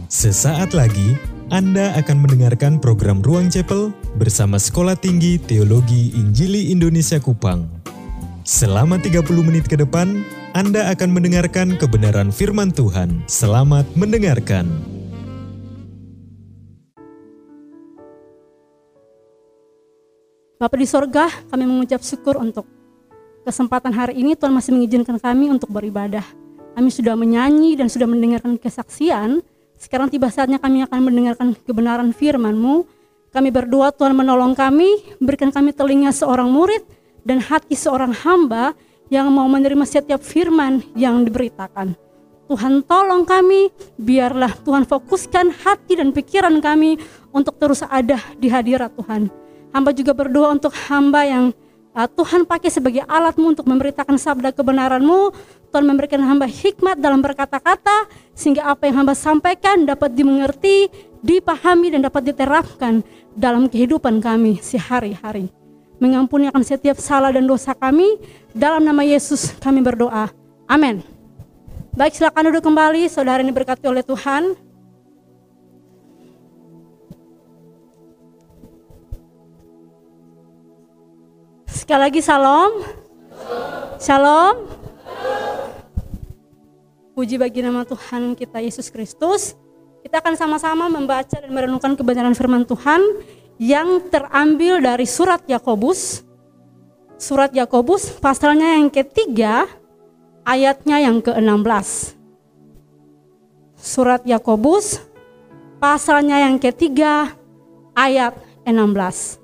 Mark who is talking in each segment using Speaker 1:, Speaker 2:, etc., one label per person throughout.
Speaker 1: Sesaat lagi, Anda akan mendengarkan program Ruang Chapel bersama Sekolah Tinggi Teologi Injili Indonesia Kupang. Selama 30 menit ke depan, Anda akan mendengarkan kebenaran firman Tuhan. Selamat mendengarkan.
Speaker 2: Bapa di sorga, kami mengucap syukur untuk kesempatan hari ini. Tuhan masih mengizinkan kami untuk beribadah. Kami sudah menyanyi dan sudah mendengarkan kesaksian. Sekarang tiba saatnya kami akan mendengarkan kebenaran firman-Mu. Kami berdoa Tuhan menolong kami, berikan kami telinga seorang murid dan hati seorang hamba yang mau menerima setiap firman yang diberitakan. Tuhan tolong kami, biarlah Tuhan fokuskan hati dan pikiran kami untuk terus ada di hadirat Tuhan. Hamba juga berdoa untuk hamba yang Tuhan pakai sebagai alat-Mu untuk memberitakan sabda kebenaran-Mu. Tuhan memberikan hamba hikmat dalam berkata-kata, sehingga apa yang hamba sampaikan dapat dimengerti, dipahami, dan dapat diterapkan dalam kehidupan kami sehari-hari. Mengampuni akan setiap salah dan dosa kami, dalam nama Yesus kami berdoa. Amin. Baik, silakan duduk kembali, saudara ini diberkati oleh Tuhan. Sekali lagi salam. Shalom. Puji bagi nama Tuhan kita Yesus Kristus. Kita akan sama-sama membaca dan merenungkan kebenaran firman Tuhan yang terambil dari surat Yakobus. Surat Yakobus pasalnya yang ketiga, ayatnya yang ke-16. Surat Yakobus pasalnya yang ketiga, ayat 16.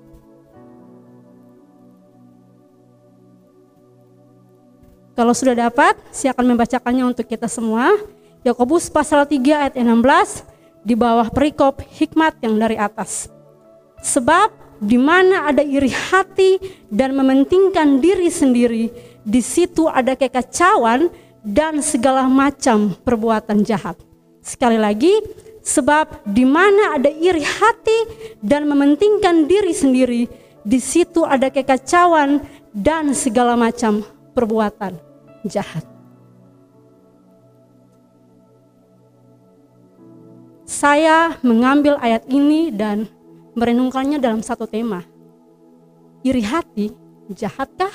Speaker 2: Kalau sudah dapat, saya akan membacakannya untuk kita semua. Yakobus pasal 3 ayat 16 di bawah perikop hikmat yang dari atas. Sebab di mana ada iri hati dan mementingkan diri sendiri, di situ ada kekacauan dan segala macam perbuatan jahat. Sekali lagi, sebab di mana ada iri hati dan mementingkan diri sendiri, di situ ada kekacauan dan segala macam perbuatan jahat. Saya mengambil ayat ini dan merenungkannya dalam satu tema. Iri hati jahatkah?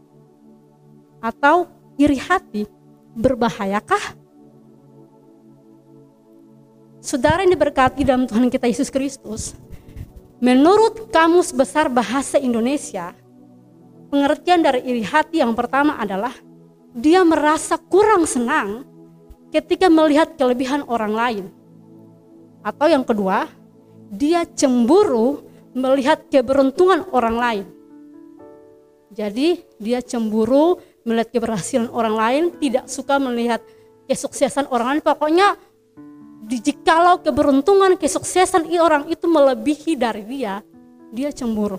Speaker 2: Atau iri hati berbahayakah? Saudara yang diberkati dalam Tuhan kita Yesus Kristus, menurut Kamus Besar Bahasa Indonesia, pengertian dari iri hati yang pertama adalah dia merasa kurang senang ketika melihat kelebihan orang lain. Atau yang kedua, dia cemburu melihat keberuntungan orang lain. Jadi dia cemburu melihat keberhasilan orang lain, tidak suka melihat kesuksesan orang lain. Pokoknya jikalau keberuntungan, kesuksesan orang itu melebihi dari dia cemburu.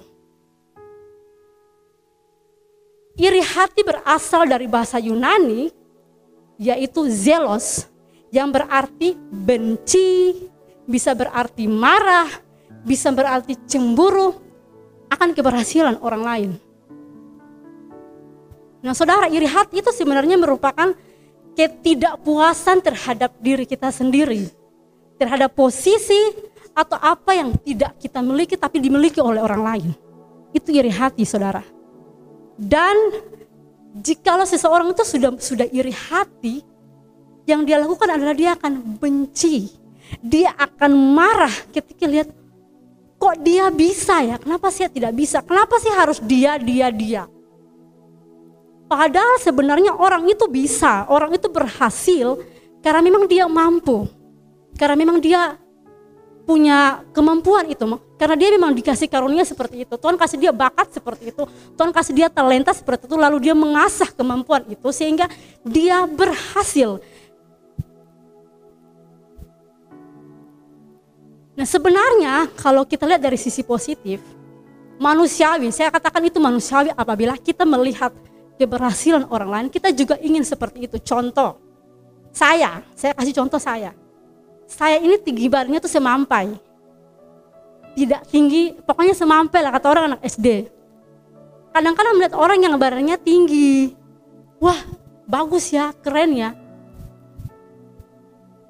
Speaker 2: Iri hati berasal dari bahasa Yunani, yaitu zelos, yang berarti benci, bisa berarti marah, bisa berarti cemburu akan keberhasilan orang lain. Nah saudara, iri hati itu sebenarnya merupakan ketidakpuasan terhadap diri kita sendiri, terhadap posisi atau apa yang tidak kita miliki tapi dimiliki oleh orang lain. Itu iri hati saudara. Dan jikalau seseorang itu sudah iri hati, yang dia lakukan adalah dia akan benci. Dia akan marah ketika lihat, kok dia bisa ya, kenapa saya tidak bisa, kenapa sih harus dia. Padahal sebenarnya orang itu bisa, orang itu berhasil karena memang dia mampu, karena memang dia punya kemampuan itu, karena dia memang dikasih karunia seperti itu. Tuhan kasih dia bakat seperti itu, Tuhan kasih dia talenta seperti itu, lalu dia mengasah kemampuan itu sehingga dia berhasil. Nah sebenarnya kalau kita lihat dari sisi positif, manusiawi, saya katakan itu manusiawi apabila kita melihat keberhasilan orang lain, kita juga ingin seperti itu. Contoh, saya kasih contoh saya ini tinggi badannya tuh semampai, tidak tinggi, pokoknya semampai lah kata orang anak SD. Kadang-kadang melihat orang yang badannya tinggi, wah bagus ya, keren ya.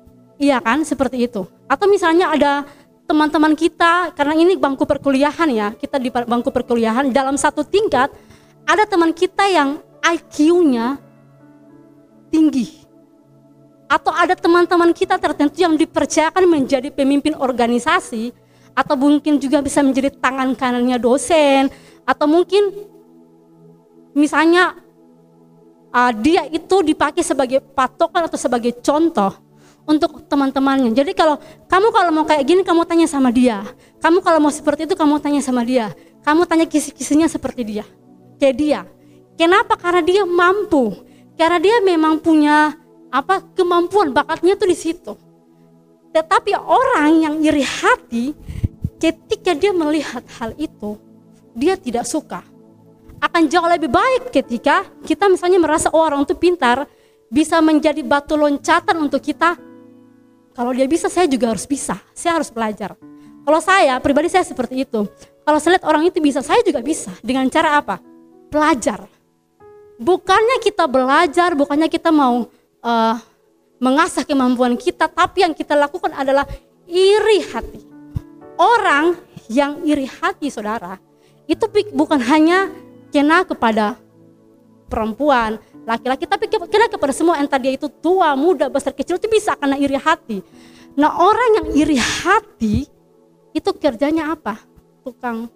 Speaker 2: Iya kan, seperti itu. Atau misalnya ada teman-teman kita, karena ini bangku perkuliahan ya, kita di bangku perkuliahan, dalam satu tingkat, ada teman kita yang IQ-nya tinggi. Atau ada teman-teman kita tertentu yang dipercayakan menjadi pemimpin organisasi, atau mungkin juga bisa menjadi tangan kanannya dosen, atau mungkin misalnya dia itu dipakai sebagai patokan atau sebagai contoh untuk teman-temannya. Jadi kalau mau kayak gini, kamu tanya sama dia. Kamu kalau mau seperti itu, kamu tanya sama dia. Kamu tanya kisi-kisinya seperti dia, kayak dia. Kenapa? Karena dia mampu. Karena dia memang punya kemampuan, bakatnya tuh di situ. Tetapi orang yang iri hati, ketika dia melihat hal itu, dia tidak suka. Akan jauh lebih baik ketika kita misalnya merasa orang itu pintar, bisa menjadi batu loncatan untuk kita. Kalau dia bisa, saya juga harus bisa. Saya harus belajar. Kalau saya, pribadi saya seperti itu. Kalau saya lihat orang itu bisa, saya juga bisa. Dengan cara apa? Belajar. Bukannya kita belajar, bukannya kita mau mengasah kemampuan kita, tapi yang kita lakukan adalah iri hati. Orang yang iri hati, saudara, itu bukan hanya kena kepada perempuan, laki-laki, tapi kena kepada semua, entah dia itu tua, muda, besar, kecil, itu bisa karena iri hati. Nah, orang yang iri hati itu kerjanya apa? Tukang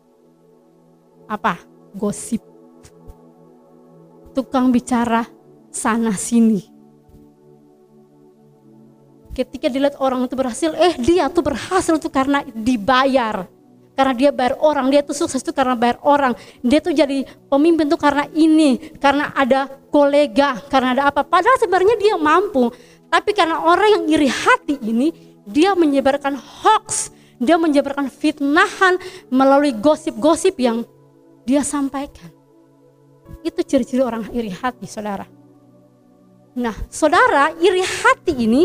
Speaker 2: gosip, tukang bicara sana sini. Ketika dilihat orang itu berhasil, dia tuh berhasil tuh karena dibayar. Karena dia bayar orang, dia tuh sukses tuh karena bayar orang. Dia tuh jadi pemimpin tuh karena ini, karena ada kolega, karena ada apa. Padahal sebenarnya dia mampu. Tapi karena orang yang iri hati ini, dia menyebarkan hoax, dia menyebarkan fitnahan melalui gosip-gosip yang dia sampaikan. Itu ciri-ciri orang iri hati, saudara. Nah, saudara, iri hati ini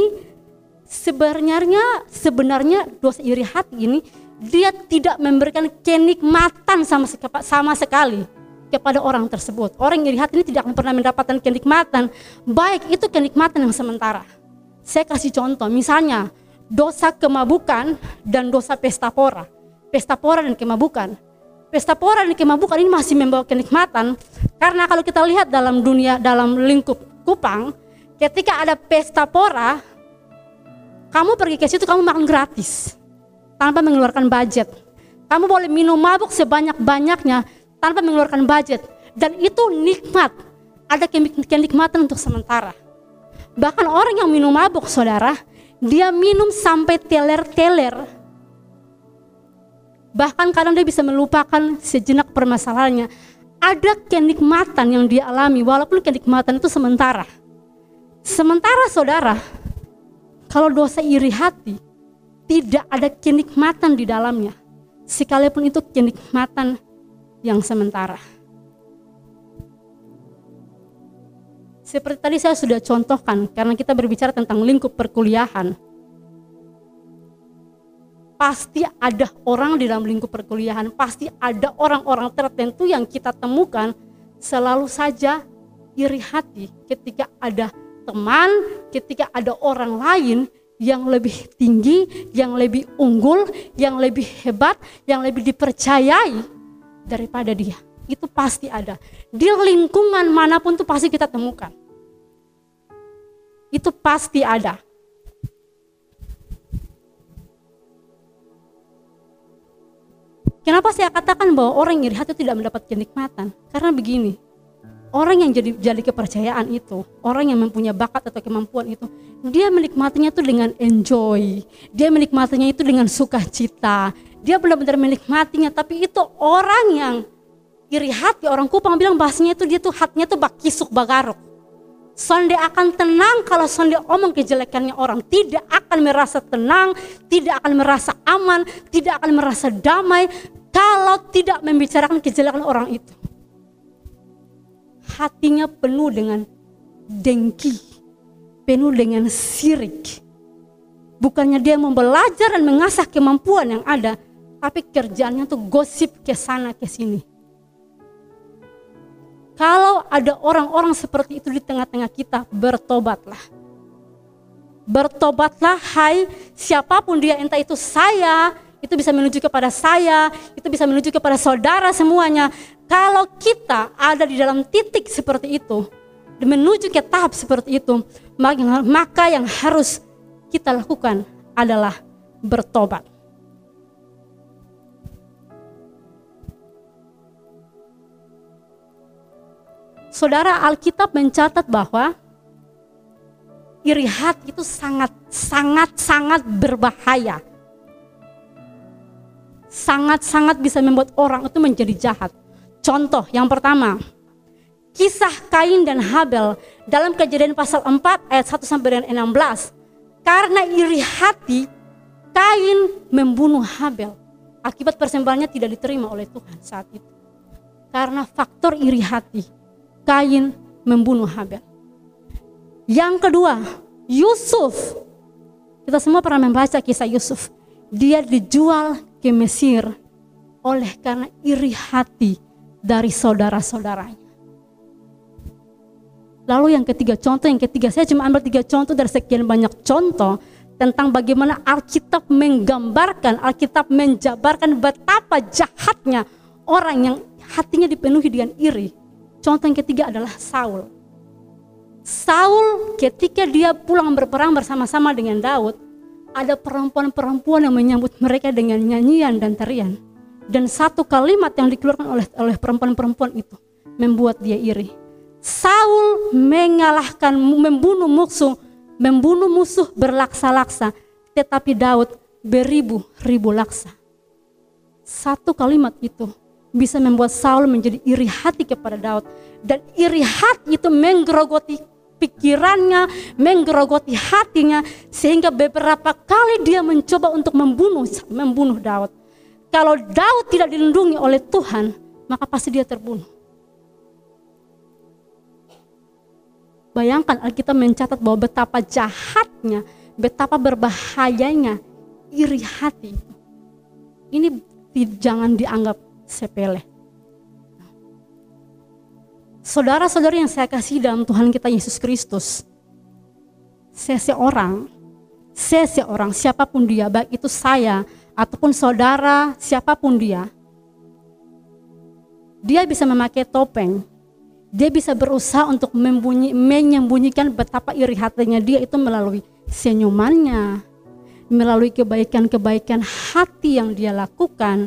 Speaker 2: sebenarnya dosa iri hati ini, dia tidak memberikan kenikmatan sama sekali kepada orang tersebut. Orang iri hati ini tidak akan pernah mendapatkan kenikmatan, baik itu kenikmatan yang sementara. Saya kasih contoh, misalnya dosa kemabukan dan dosa pesta pora. Pesta pora dan kemabukan. Pesta pora dan kemabukan ini masih membawa kenikmatan, karena kalau kita lihat dalam lingkup Kupang, ketika ada pesta pora, kamu pergi ke situ, kamu makan gratis tanpa mengeluarkan budget. Kamu boleh minum mabuk sebanyak-banyaknya tanpa mengeluarkan budget. Dan itu nikmat. Ada kenikmatan untuk sementara. Bahkan orang yang minum mabuk, saudara, dia minum sampai teler-teler. Bahkan kadang dia bisa melupakan sejenak permasalahannya. Ada kenikmatan yang dia alami, walaupun kenikmatan itu sementara. Sementara, saudara, kalau dosa iri hati, tidak ada kenikmatan di dalamnya. Sekalipun itu kenikmatan yang sementara. Seperti tadi saya sudah contohkan, karena kita berbicara tentang lingkup perkuliahan. Pasti ada orang di dalam lingkup perkuliahan, pasti ada orang-orang tertentu yang kita temukan selalu saja iri hati ketika ada teman, ketika ada orang lain yang lebih tinggi, yang lebih unggul, yang lebih hebat, yang lebih dipercayai daripada dia. Itu pasti ada. Di lingkungan manapun itu pasti kita temukan. Itu pasti ada. Kenapa saya katakan bahwa orang iri hati tidak mendapat kenikmatan? Karena begini, orang yang jadi kepercayaan itu, orang yang mempunyai bakat atau kemampuan itu, dia menikmatinya itu dengan enjoy, dia menikmatinya itu dengan sukacita, dia benar-benar menikmatinya. Tapi itu orang yang iri hati, orang Kupang bilang bahasanya itu, dia tuh hatinya tuh bakisuk bagaruk. Sonde akan tenang kalau sonde omong kejelekannya orang, tidak akan merasa tenang, tidak akan merasa aman, tidak akan merasa damai kalau tidak membicarakan kejelekan orang itu. Hatinya penuh dengan dengki, penuh dengan sirik. Bukannya dia mau belajar dan mengasah kemampuan yang ada, tapi kerjaannya tuh gosip ke sana ke sini. Kalau ada orang-orang seperti itu di tengah-tengah kita, bertobatlah. Bertobatlah hai siapapun dia, entah itu saya, itu bisa menuju kepada saya, itu bisa menuju kepada saudara semuanya. Kalau kita ada di dalam titik seperti itu, menuju ke tahap seperti itu, maka yang harus kita lakukan adalah bertobat. Saudara, Alkitab mencatat bahwa iri hati itu sangat berbahaya. Sangat bisa membuat orang itu menjadi jahat. Contoh yang pertama, kisah Kain dan Habel dalam Kejadian pasal 4 ayat 1 sampai dengan 16. Karena iri hati, Kain membunuh Habel. Akibat persembahannya tidak diterima oleh Tuhan saat itu. Karena faktor iri hati, Kain membunuh Habel. Yang kedua, Yusuf. Kita semua pernah membaca kisah Yusuf. Dia dijual ke Mesir oleh karena iri hati dari saudara-saudaranya. Lalu yang ketiga, saya cuma ambil 3 contoh dari sekian banyak contoh tentang bagaimana Alkitab menggambarkan, Alkitab menjabarkan betapa jahatnya orang yang hatinya dipenuhi dengan iri. Contoh yang ketiga adalah Saul. Saul ketika dia pulang berperang bersama-sama dengan Daud, ada perempuan-perempuan yang menyambut mereka dengan nyanyian dan tarian. Dan satu kalimat yang dikeluarkan oleh perempuan-perempuan itu membuat dia iri. Saul membunuh musuh berlaksa-laksa, tetapi Daud beribu-ribu laksa. Satu kalimat itu bisa membuat Saul menjadi iri hati kepada Daud. Dan iri hati itu menggerogoti pikirannya, menggerogoti hatinya, sehingga beberapa kali dia mencoba untuk membunuh Daud. Kalau Daud tidak dilindungi oleh Tuhan, maka pasti dia terbunuh. Bayangkan Alkitab mencatat bahwa betapa jahatnya, betapa berbahayanya iri hati. Ini jangan dianggap sepele. Saudara-saudari yang saya kasih dalam Tuhan kita Yesus Kristus, seseorang siapapun dia, baik itu saya ataupun saudara siapapun dia bisa memakai topeng. Dia bisa berusaha untuk menyembunyikan betapa iri hatinya dia itu melalui senyumannya, melalui kebaikan-kebaikan hati yang dia lakukan.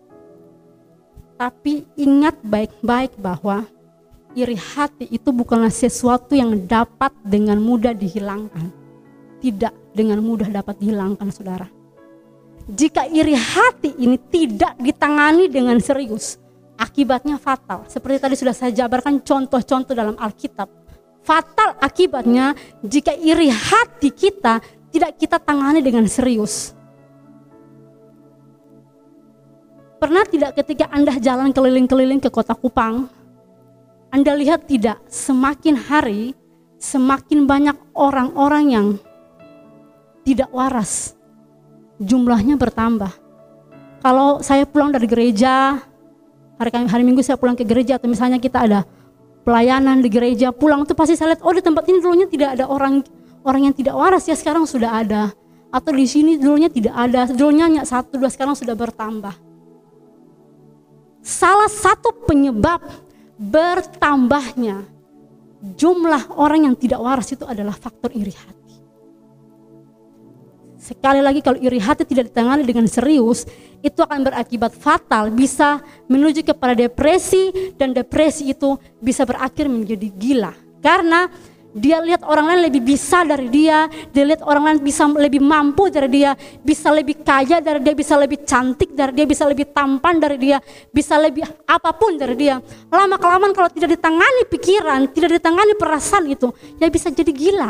Speaker 2: Tapi ingat baik-baik bahwa iri hati itu bukanlah sesuatu yang dapat dengan mudah dihilangkan. Tidak dengan mudah dapat dihilangkan, saudara. Jika iri hati ini tidak ditangani dengan serius, akibatnya fatal. Seperti tadi sudah saya jabarkan contoh-contoh dalam Alkitab. Fatal akibatnya jika iri hati kita tidak kita tangani dengan serius. Pernah tidak ketika Anda jalan keliling-keliling ke kota Kupang, Anda lihat tidak, semakin hari semakin banyak orang-orang yang tidak waras, jumlahnya bertambah. Kalau saya pulang dari gereja, hari Minggu saya pulang ke gereja, atau misalnya kita ada pelayanan di gereja, pulang tuh pasti saya lihat, oh di tempat ini dulunya tidak ada orang yang tidak waras, ya sekarang sudah ada. Atau di sini dulunya tidak ada, dulunya hanya 1-2, sekarang sudah bertambah. Salah satu penyebab bertambahnya jumlah orang yang tidak waras itu adalah faktor iri hati. Sekali lagi, kalau iri hati tidak ditangani dengan serius, itu akan berakibat fatal, bisa menuju kepada depresi, dan depresi itu bisa berakhir menjadi gila. Karena dia lihat orang lain lebih bisa dari dia lihat orang lain bisa lebih mampu dari dia, bisa lebih kaya dari dia, bisa lebih cantik dari dia, bisa lebih tampan dari dia, bisa lebih apapun dari dia. Lama-kelamaan kalau tidak ditangani pikiran, tidak ditangani perasaan itu, ya bisa jadi gila.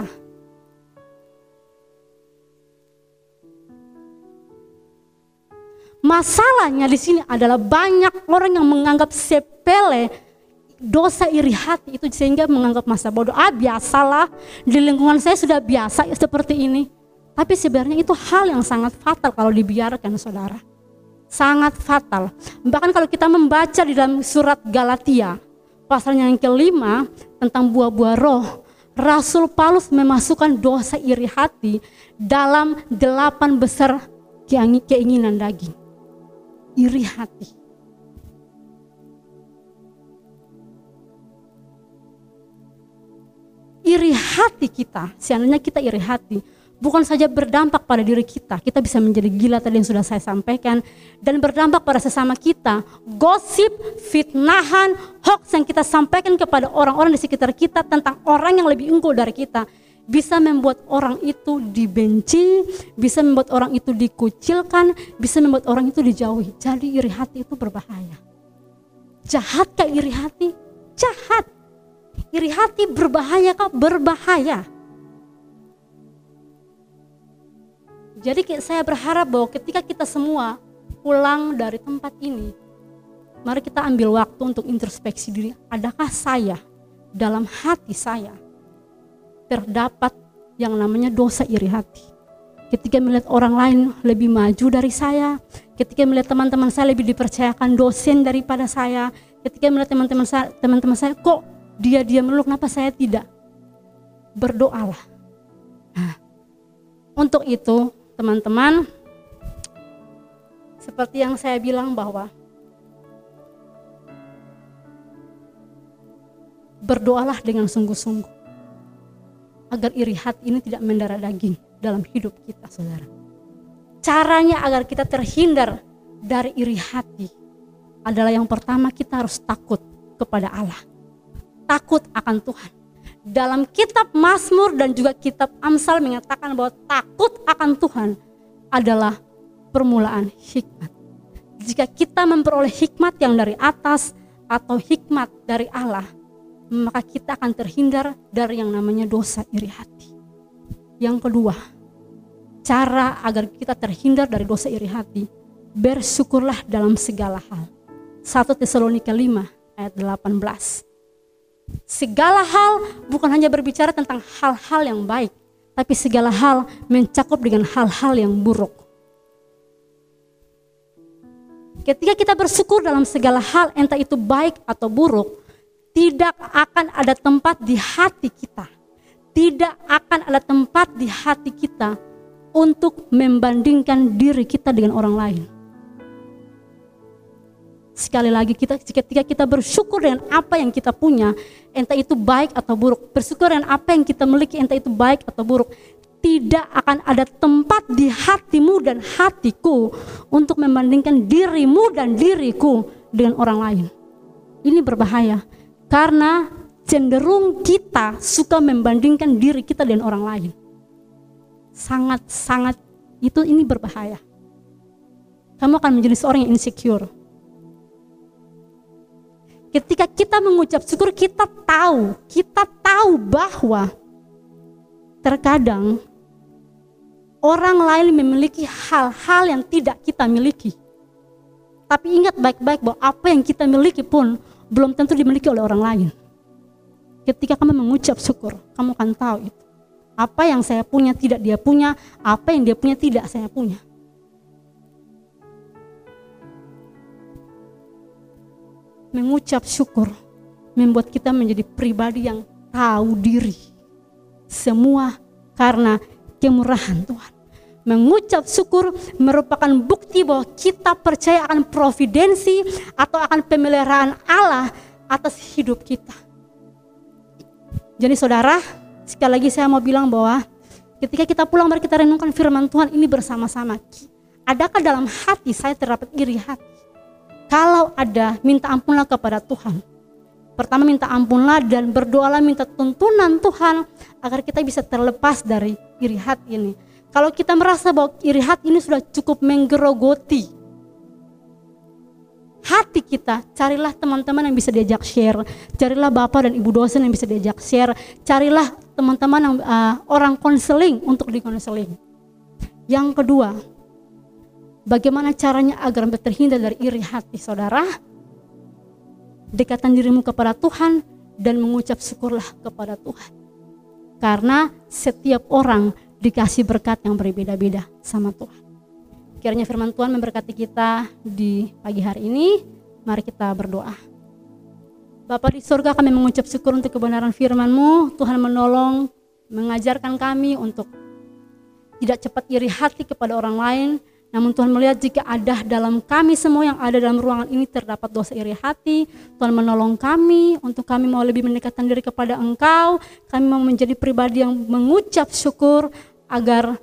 Speaker 2: Masalahnya di sini adalah banyak orang yang menganggap sepele dosa iri hati itu, sehingga menganggap masa bodoh. Biasalah, di lingkungan saya sudah biasa seperti ini. Tapi sebenarnya itu hal yang sangat fatal kalau dibiarkan, saudara. Sangat fatal. Bahkan kalau kita membaca di dalam surat Galatia, pasal yang ke-5 tentang buah-buah roh, Rasul Paulus memasukkan dosa iri hati dalam 8 besar keinginan daging. Iri hati. Iri hati kita, seandainya kita iri hati, bukan saja berdampak pada diri kita bisa menjadi gila tadi yang sudah saya sampaikan, dan berdampak pada sesama kita. Gosip, fitnahan, hoax yang kita sampaikan kepada orang-orang di sekitar kita tentang orang yang lebih unggul dari kita, bisa membuat orang itu dibenci, bisa membuat orang itu dikucilkan, bisa membuat orang itu dijauhi. Jadi iri hati itu berbahaya. Jahatkah iri hati? Jahat. Iri hati berbahaya kah? Berbahaya. Jadi saya berharap bahwa ketika kita semua pulang dari tempat ini, mari kita ambil waktu untuk introspeksi diri. Adakah saya, dalam hati saya, terdapat yang namanya dosa iri hati? Ketika melihat orang lain lebih maju dari saya, ketika melihat teman-teman saya lebih dipercayakan dosen daripada saya, ketika melihat teman-teman saya kok dia melulu, kenapa saya tidak? Berdoalah. Nah, untuk itu teman-teman, seperti yang saya bilang bahwa berdoalah dengan sungguh-sungguh agar iri hati ini tidak mendarah daging dalam hidup kita, saudara. Caranya agar kita terhindar dari iri hati adalah yang pertama, kita harus takut kepada Allah. Takut akan Tuhan. Dalam kitab Mazmur dan juga kitab Amsal mengatakan bahwa takut akan Tuhan adalah permulaan hikmat. Jika kita memperoleh hikmat yang dari atas atau hikmat dari Allah, maka kita akan terhindar dari yang namanya dosa iri hati. Yang kedua, cara agar kita terhindar dari dosa iri hati, bersyukurlah dalam segala hal. 1 Tesalonika 5 ayat 18. Segala hal bukan hanya berbicara tentang hal-hal yang baik, tapi segala hal mencakup dengan hal-hal yang buruk. Ketika kita bersyukur dalam segala hal, entah itu baik atau buruk, tidak akan ada tempat di hati kita. Tidak akan ada tempat di hati kita untuk membandingkan diri kita dengan orang lain. Sekali lagi, ketika kita bersyukur dengan apa yang kita punya, entah itu baik atau buruk, bersyukur dengan apa yang kita miliki, entah itu baik atau buruk, tidak akan ada tempat di hatimu dan hatiku untuk membandingkan dirimu dan diriku dengan orang lain. Ini berbahaya, karena cenderung kita suka membandingkan diri kita dengan orang lain. Sangat-sangat ini berbahaya. Kamu akan menjadi seorang yang insecure. Ketika kita mengucap syukur, kita tahu bahwa terkadang orang lain memiliki hal-hal yang tidak kita miliki. Tapi ingat baik-baik bahwa apa yang kita miliki pun belum tentu dimiliki oleh orang lain. Ketika kamu mengucap syukur, kamu akan tahu itu. Apa yang saya punya tidak dia punya, apa yang dia punya tidak saya punya. Mengucap syukur membuat kita menjadi pribadi yang tahu diri. Semua karena kemurahan Tuhan. Mengucap syukur merupakan bukti bahwa kita percaya akan providensi atau akan pemeliharaan Allah atas hidup kita. Jadi saudara, sekali lagi saya mau bilang bahwa ketika kita pulang, mari kita renungkan firman Tuhan ini bersama-sama. Adakah dalam hati saya terdapat iri hati? Kalau ada, minta ampunlah kepada Tuhan. Pertama, minta ampunlah dan berdoalah, minta tuntunan Tuhan agar kita bisa terlepas dari iri hati ini. Kalau kita merasa bahwa iri hati ini sudah cukup menggerogoti hati kita, carilah teman-teman yang bisa diajak share, carilah bapak dan ibu dosen yang bisa diajak share, carilah teman-teman yang orang konseling untuk dikonseling. Yang kedua, bagaimana caranya agar terhindar dari iri hati, saudara? Dekatkan dirimu kepada Tuhan dan mengucap syukurlah kepada Tuhan. Karena setiap orang dikasih berkat yang berbeda-beda sama Tuhan. Kiranya firman Tuhan memberkati kita di pagi hari ini. Mari kita berdoa. Bapa di surga, kami mengucap syukur untuk kebenaran firman-Mu. Tuhan menolong, mengajarkan kami untuk tidak cepat iri hati kepada orang lain. Namun Tuhan melihat jika ada dalam kami semua yang ada dalam ruangan ini terdapat dosa iri hati, Tuhan menolong kami untuk kami mau lebih mendekatkan diri kepada Engkau. Kami mau menjadi pribadi yang mengucap syukur agar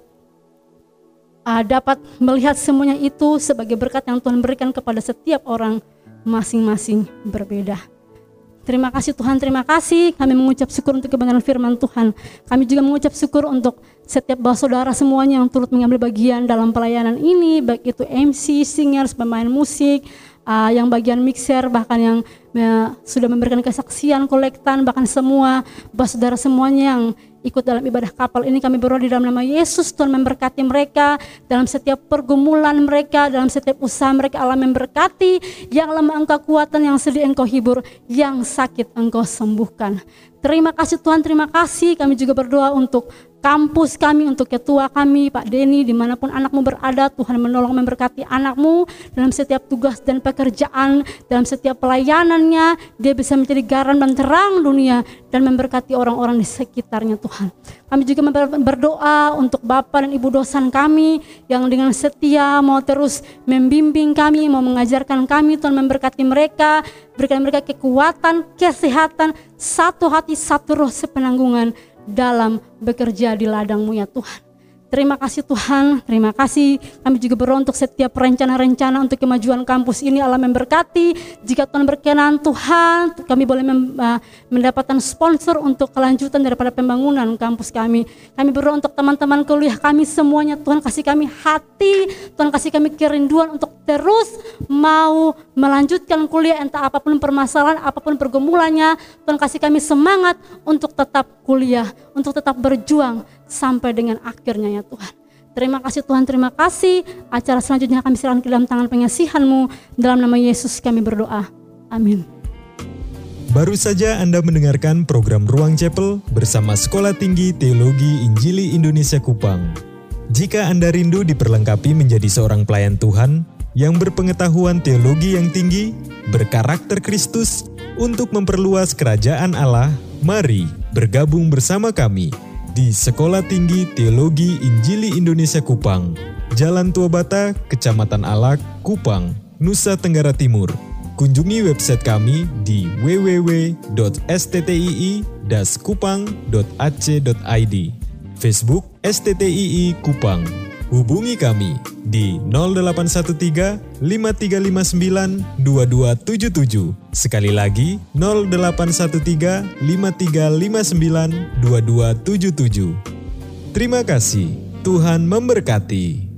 Speaker 2: dapat melihat semuanya itu sebagai berkat yang Tuhan berikan kepada setiap orang masing-masing berbeda. Terima kasih Tuhan, terima kasih. Kami mengucap syukur untuk kebenaran firman Tuhan. Kami juga mengucap syukur untuk setiap saudara semuanya yang turut mengambil bagian dalam pelayanan ini, baik itu MC, singers, pemain musik, yang bagian mixer, bahkan yang sudah memberikan kesaksian, kolektan, bahkan semua saudara semuanya yang ikut dalam ibadah kapal ini. Kami berdoa di dalam nama Yesus, Tuhan memberkati mereka dalam setiap pergumulan mereka, dalam setiap usaha mereka. Allah memberkati, yang lemah Engkau kuatkan, yang sedih Engkau hibur, yang sakit Engkau sembuhkan. Terima kasih Tuhan, terima kasih. Kami juga berdoa untuk kampus kami, untuk ketua kami Pak Denny, dimanapun anakmu berada. Tuhan menolong, memberkati anakmu dalam setiap tugas dan pekerjaan, dalam setiap pelayanannya. Dia bisa menjadi garam dan terang dunia dan memberkati orang-orang di sekitarnya Tuhan. Kami juga berdoa untuk Bapak dan Ibu dosen kami yang dengan setia mau terus membimbing kami, mau mengajarkan kami. Tuhan memberkati mereka, berikan mereka kekuatan, kesehatan, satu hati, satu roh, sepenanggungan dalam bekerja di ladang-Mu ya Tuhan. Terima kasih Tuhan, terima kasih. Kami juga berdoa untuk setiap rencana-rencana untuk kemajuan kampus ini. Allah memberkati. Jika Tuhan berkenan Tuhan, kami boleh mendapatkan sponsor untuk kelanjutan daripada pembangunan kampus kami. Kami berdoa untuk teman-teman kuliah kami semuanya. Tuhan kasih kami hati, Tuhan kasih kami kerinduan untuk terus mau melanjutkan kuliah, entah apapun permasalahan, apapun pergumulannya. Tuhan kasih kami semangat untuk tetap kuliah, untuk tetap berjuang sampai dengan akhirnya ya Tuhan. Terima kasih Tuhan, terima kasih. Acara selanjutnya kami serahkan ke dalam tangan pengasihan-Mu. Dalam nama Yesus kami berdoa. Amin.
Speaker 1: Baru saja Anda mendengarkan program Ruang Chapel bersama Sekolah Tinggi Teologi Injili Indonesia Kupang. Jika Anda rindu diperlengkapi menjadi seorang pelayan Tuhan yang berpengetahuan teologi yang tinggi, berkarakter Kristus untuk memperluas kerajaan Allah, mari bergabung bersama kami di Sekolah Tinggi Teologi Injili Indonesia Kupang, Jalan Tua Bata, Kecamatan Alak, Kupang, Nusa Tenggara Timur. Kunjungi website kami di www.stti-kupang.ac.id. Facebook STTII Kupang. Hubungi kami di 0813 5359 2277. Sekali lagi 0813 5359 2277. Terima kasih. Tuhan memberkati.